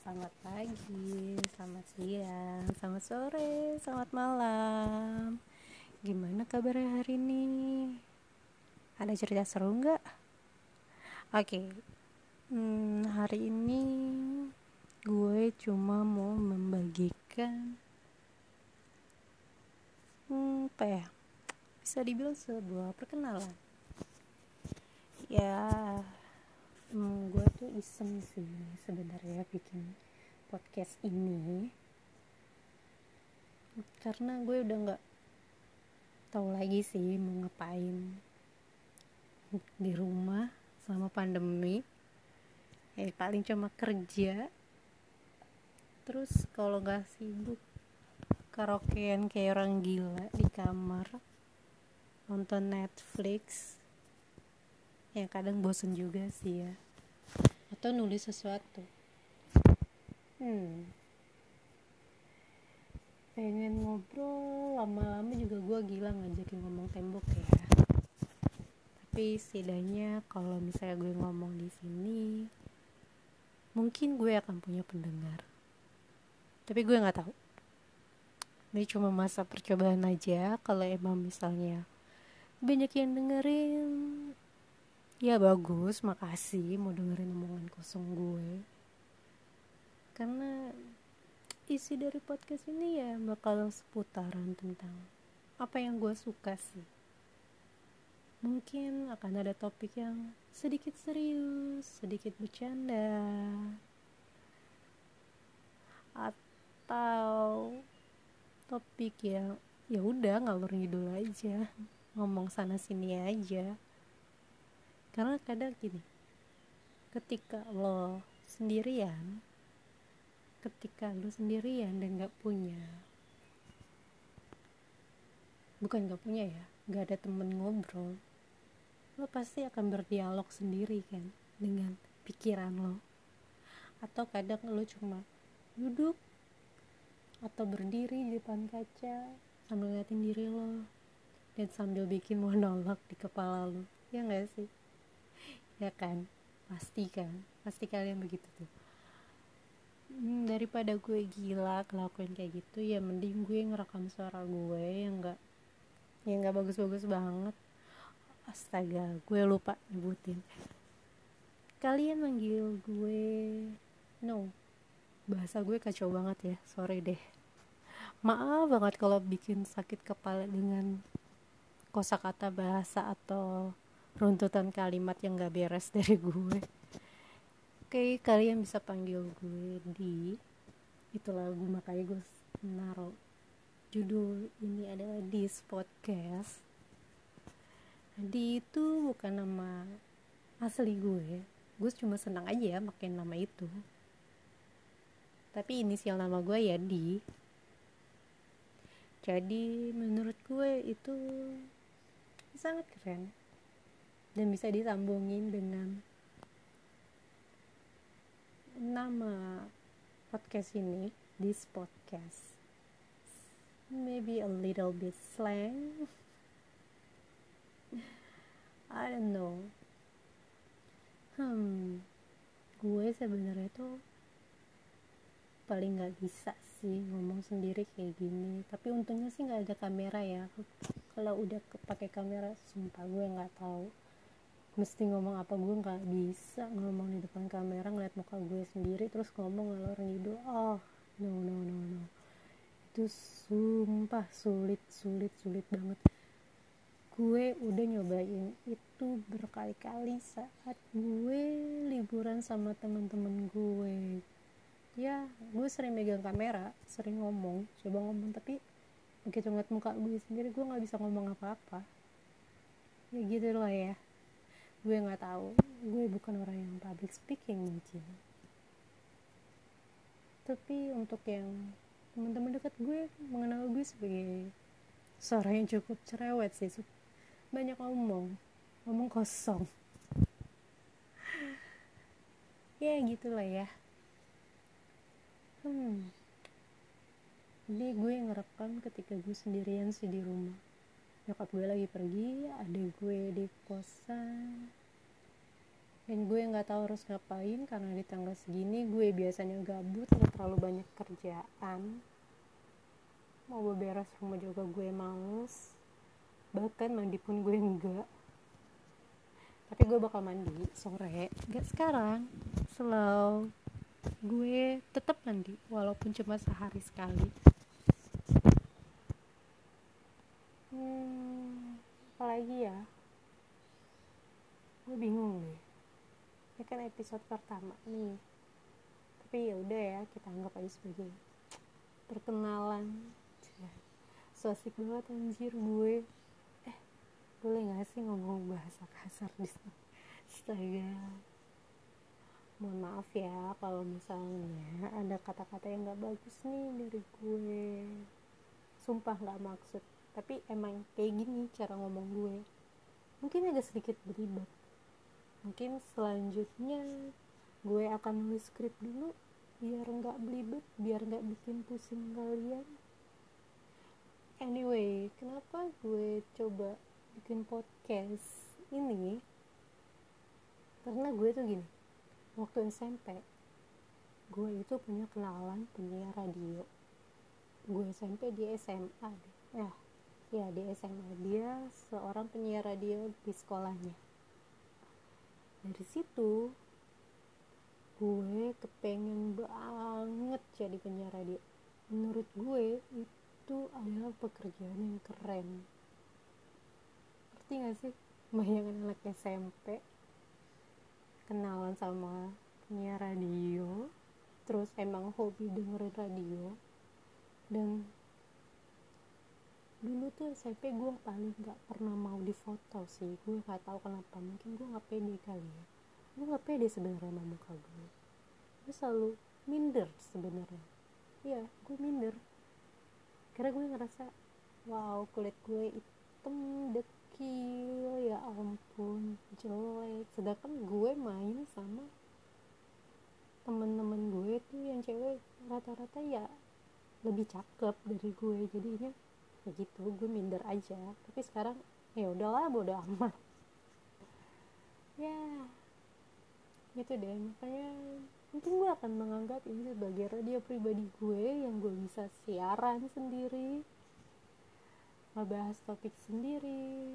Selamat pagi, selamat siang, selamat sore, selamat malam. Gimana kabarnya hari ini? Ada cerita seru nggak? Oke, hari ini gue cuma mau membagikan apa ya? Bisa dibilang sebuah perkenalan. Ya, gue tuh iseng sih sebenarnya bikin podcast ini karena gue udah nggak tahu lagi sih mau ngapain di rumah selama pandemi. Paling cuma kerja, terus kalau nggak sibuk karaokean kayak orang gila di kamar, nonton Netflix. Ya kadang bosen juga sih ya, atau nulis sesuatu. Pengen ngobrol, lama-lama juga gue gila ngajakin ngomong tembok ya. Tapi setidaknya kalau misalnya gue ngomong di sini, mungkin gue akan punya pendengar. Tapi gue nggak tahu. Ini cuma masa percobaan aja. Kalau emang misalnya banyak yang dengerin, ya bagus, makasih mau dengerin omongan kosong gue. Karena isi dari podcast ini ya bakal seputaran tentang apa yang gue suka sih. Mungkin akan ada topik yang sedikit serius, sedikit bercanda, atau topik yang ya udah ngalur ngidul aja, ngomong sana sini aja. Karena kadang gini, ketika lo sendirian dan gak ada temen ngobrol, lo pasti akan berdialog sendiri kan dengan pikiran lo. Atau kadang lo cuma duduk atau berdiri di depan kaca sambil ngeliatin diri lo dan sambil bikin monolog di kepala lo, ya gak sih? Ya kan, pasti kalian begitu tuh. Daripada gue gila ngelakuin kayak gitu, ya mending gue ngerekam suara gue yang nggak bagus-bagus banget. Astaga, gue lupa nyebutin. Kalian manggil gue bahasa gue kacau banget ya, sorry deh. Maaf banget kalau bikin sakit kepala dengan kosakata bahasa atau runtutan kalimat yang gak beres dari gue. Oke, kalian bisa panggil gue di itu lagu, makanya gue naruh judul ini adalah This Podcast. Di itu bukan nama asli gue cuma senang aja pakai nama itu, tapi inisial nama gue ya Di. Jadi menurut gue itu sangat keren dan bisa disambungin dengan nama podcast ini, This Podcast. Maybe a little bit slang, I don't know. Gue sebenarnya tuh paling nggak bisa sih ngomong sendiri kayak gini. Tapi untungnya sih nggak ada kamera ya. Kalau udah pakai kamera, sumpah gue nggak tahu mesti ngomong apa. Gue nggak bisa ngomong di depan kamera ngeliat muka gue sendiri terus ngomong ngalor ngidul. No. Itu sumpah sulit banget. Gue udah nyobain itu berkali-kali saat gue liburan sama teman-teman gue. Ya, gue sering megang kamera, sering coba ngomong, tapi begitu ngeliat muka gue sendiri, gue nggak bisa ngomong apa-apa. Ya gitu lah ya. Gue nggak tahu, gue bukan orang yang public speaking mungkin. Tapi untuk yang teman-teman dekat gue mengenal gue sebagai seorang yang cukup cerewet sih, banyak ngomong kosong. Ya gitulah ya. Jadi gue ngerekam ketika gue sendirian sih di rumah. Nyokap gue lagi pergi, adik gue di kosan, dan gue nggak tahu harus ngapain karena di tanggal segini gue biasanya gabut, nggak terlalu banyak kerjaan, mau beberes rumah juga gue males, bahkan mandi pun gue enggak. Tapi gue bakal mandi sore, nggak sekarang, slow. Gue tetap mandi walaupun cuma sehari sekali. Apalagi ya, gue bingung deh. Ini kan episode pertama nih, tapi ya udah ya, kita anggap aja sebagai perkenalan. So asik banget anjir gue. Boleh gak sih ngomong bahasa kasar di sini? Astaga. Mohon maaf ya kalau misalnya ada kata-kata yang gak bagus nih dari gue. Sumpah gak maksud, tapi emang kayak gini cara ngomong gue. Mungkin agak sedikit beribad. Mungkin selanjutnya gue akan nulis skrip dulu biar gak belibet, biar gak bikin pusing kalian. Anyway, kenapa gue coba bikin podcast ini? Karena gue tuh gini, waktu SMP gue itu punya kenalan penyiar radio. Gue SMP di SMA deh. Ya di SMA, dia seorang penyiar radio di sekolahnya. Dari situ gue kepengen banget jadi penyiar radio. Menurut gue itu adalah pekerjaan yang keren. Ngerti gak sih? Bayangin anak SMP kenalan sama penyiar radio, terus emang hobi dengerin radio. Dan dulu tuh SMP gue paling gak pernah mau difoto sih. Gue gak tahu kenapa, mungkin gue gak pede kali ya. Gue gak pede sebenarnya sama muka gue selalu minder sebenarnya. Iya, gue minder karena gue ngerasa wow, kulit gue hitam dekil, ya ampun jelek. Sedangkan gue main sama temen-temen gue tuh yang cewek rata-rata ya lebih cakep dari gue, jadinya ya gitu, gue minder aja. Tapi sekarang ya udahlah, bodo amat ya gitu deh. Makanya mungkin gue akan menganggap ini sebagai radio pribadi gue yang gue bisa siaran sendiri, ngebahas topik sendiri.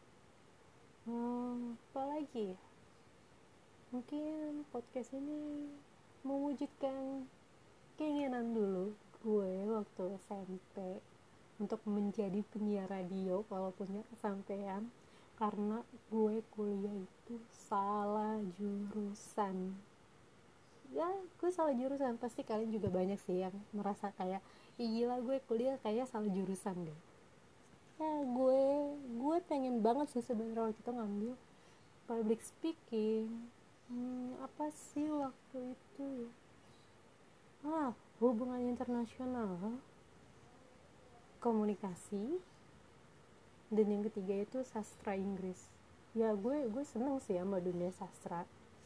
Apalagi ya, mungkin podcast ini mewujudkan keinginan dulu gue waktu SMP untuk menjadi penyiar radio walaupun gak kesampean karena gue kuliah itu salah jurusan. Ya gue salah jurusan, pasti kalian juga banyak sih yang merasa kayak gila gue kuliah kayak salah jurusan deh. Ya gue pengen banget sih sebenarnya waktu itu ngambil public speaking. Apa sih waktu itu ya, hubungan internasional, komunikasi, dan yang ketiga itu sastra Inggris. Ya gue seneng sih sama dunia sastra.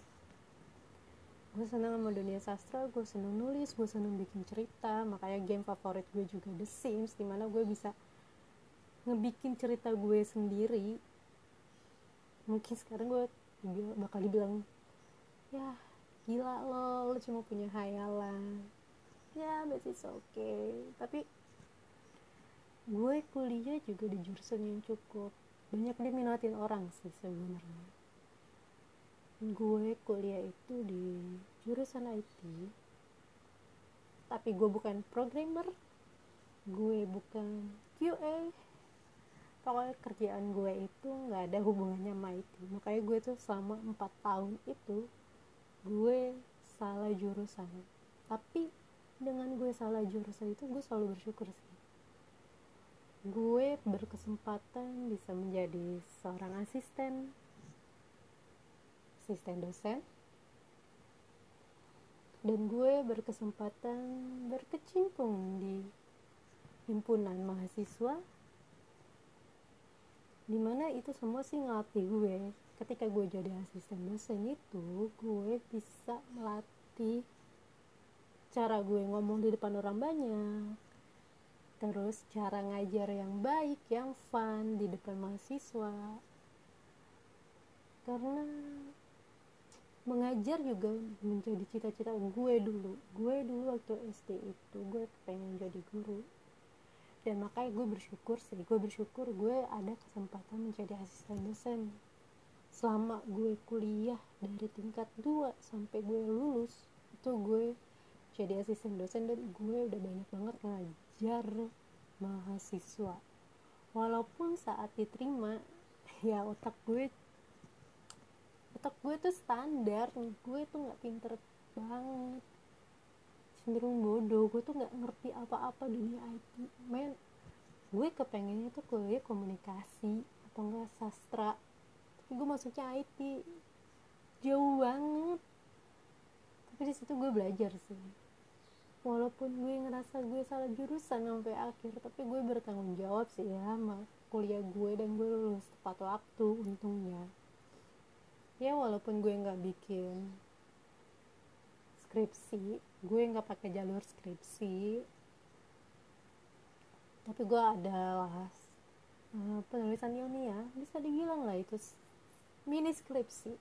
Gue seneng sama dunia sastra, gue seneng nulis, gue seneng bikin cerita. Makanya game favorit gue juga The Sims, dimana gue bisa ngebikin cerita gue sendiri. Mungkin sekarang gue bakal dibilang, ya gila lo cuma punya hayalan. Ya but it's okay. Tapi gue kuliah juga di jurusan yang cukup banyak diminatin orang sih sebenarnya. Gue kuliah itu di jurusan IT, tapi gue bukan programmer, gue bukan QA. Pokoknya kerjaan gue itu gak ada hubungannya sama IT. Makanya gue tuh selama 4 tahun itu gue salah jurusan. Tapi dengan gue salah jurusan itu gue selalu bersyukur sih. Gue berkesempatan bisa menjadi seorang asisten dosen, dan gue berkesempatan berkecimpung di himpunan mahasiswa, dimana itu semua sih ngelatih gue. Ketika gue jadi asisten dosen itu, gue bisa melatih cara gue ngomong di depan orang banyak, terus cara ngajar yang baik, yang fun di depan mahasiswa. Karena mengajar juga menjadi cita-cita gue dulu waktu SD itu gue pengen jadi guru. Dan makanya gue bersyukur gue ada kesempatan menjadi asisten dosen. Selama gue kuliah dari tingkat 2 sampai gue lulus, itu gue jadi asisten dosen dan gue udah banyak banget ngajar mahasiswa. Walaupun saat diterima, ya otak gue tuh standar, gue tuh nggak pinter banget, cenderung bodoh, gue tuh nggak ngerti apa-apa dunia IT. Men, gue kepengennya tuh kuliah komunikasi atau enggak sastra, tapi gue masuknya IT, jauh banget. Tapi di situ gue belajar sih, walaupun gue ngerasa gue salah jurusan sampai akhir, tapi gue bertanggung jawab sih ya sama kuliah gue, dan gue lulus tepat waktu untungnya. Ya walaupun gue nggak bikin skripsi, gue nggak pakai jalur skripsi, tapi gue adalah penulisan ilmiah, bisa dibilang lah itu mini skripsi.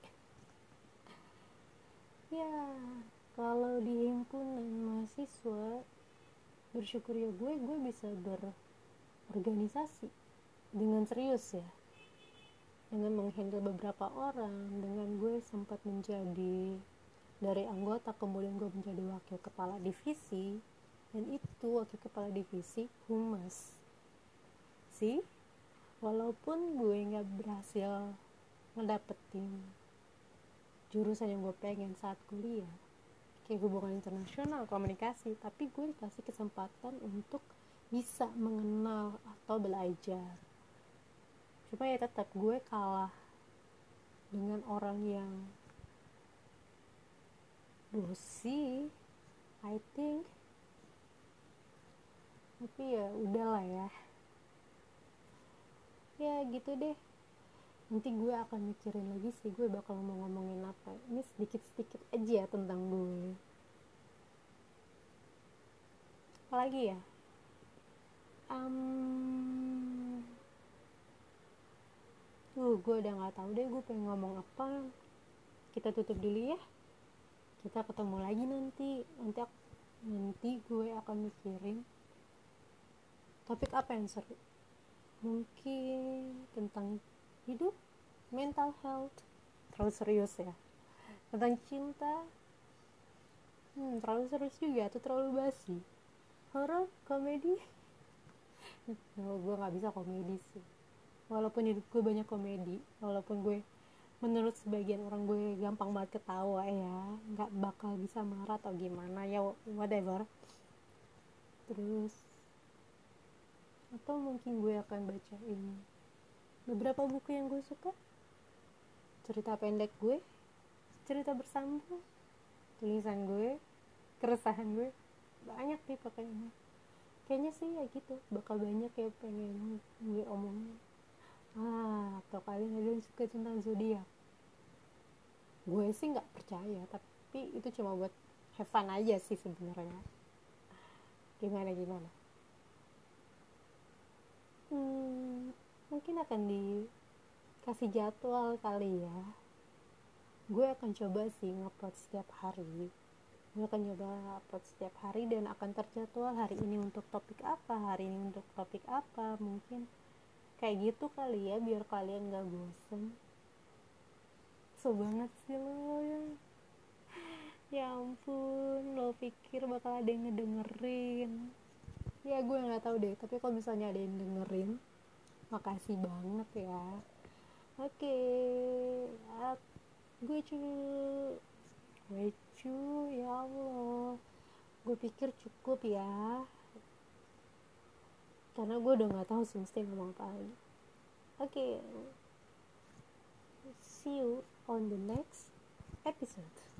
Ya kalau di himpunan mahasiswa, bersyukur ya gue bisa berorganisasi dengan serius ya, dengan menghandle beberapa orang, dengan gue sempat menjadi dari anggota, kemudian gue menjadi wakil kepala divisi, dan itu wakil kepala divisi humas sih. Walaupun gue nggak berhasil ngedapetin jurusan yang gue pengen saat kuliah, kayak hubungan internasional, komunikasi, tapi gue dikasih kesempatan untuk bisa mengenal atau belajar. Cuma ya tetap gue kalah dengan orang yang dosi, I think. Tapi ya udahlah ya. Ya gitu deh. Nanti gue akan mikirin lagi sih gue bakal mau ngomongin apa. Ini sedikit-sedikit aja tentang gue. Apalagi ya? Gue udah gak tahu deh gue pengen ngomong apa. Kita tutup dulu ya. Kita ketemu lagi nanti gue akan mikirin topik apa yang seru. Mungkin tentang hidup, mental health, terlalu serius ya. Tentang cinta, terlalu serius juga atau terlalu basi. Horor, komedi. No, gue gak bisa komedi sih. Walaupun hidup gue banyak komedi, walaupun gue menurut sebagian orang gue gampang banget ketawa ya, gak bakal bisa marah atau gimana ya, whatever. Terus atau mungkin gue akan bacain beberapa buku yang gue suka, cerita pendek gue, cerita bersambung, tulisan gue, keresahan gue, banyak deh pokoknya. Kayaknya sih ya gitu, bakal banyak ya pengen gue omongin. Atau kalian ada yang suka tentang zodiak? Gue sih nggak percaya, tapi itu cuma buat have fun aja sih sebenarnya. Gimana? Mungkin akan dikasih jadwal kali ya. Gue akan coba sih ngupload setiap hari. Gue akan coba upload setiap hari dan akan terjadwal hari ini untuk topik apa, hari ini untuk topik apa. Mungkin kayak gitu kali ya, biar kalian gak bosen. So banget sih lo ya. Ya ampun, lo pikir bakal ada yang ngedengerin? Ya gue gak tahu deh, tapi kalau misalnya ada yang dengerin, makasih banget ya. Oke, gue ya Allah, gue pikir cukup ya, karena gue udah gak tahu sih mesti ngomong apa lagi. Oke, see you on the next episode.